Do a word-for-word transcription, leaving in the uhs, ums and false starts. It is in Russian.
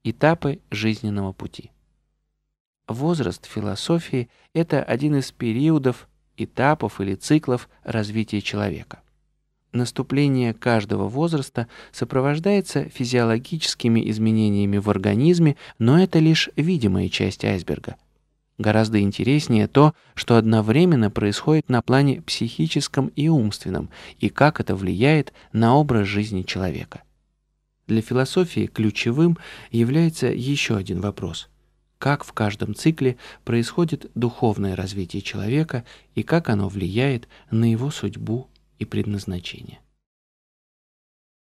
Этапы жизненного пути. Возраст в философии – это один из периодов, этапов или циклов развития человека. Наступление каждого возраста сопровождается физиологическими изменениями в организме, но это лишь видимая часть айсберга. Гораздо интереснее то, что одновременно происходит на плане психическом и умственном, и как это влияет на образ жизни человека. Для философии ключевым является еще один вопрос: как в каждом цикле происходит духовное развитие человека и как оно влияет на его судьбу и предназначение.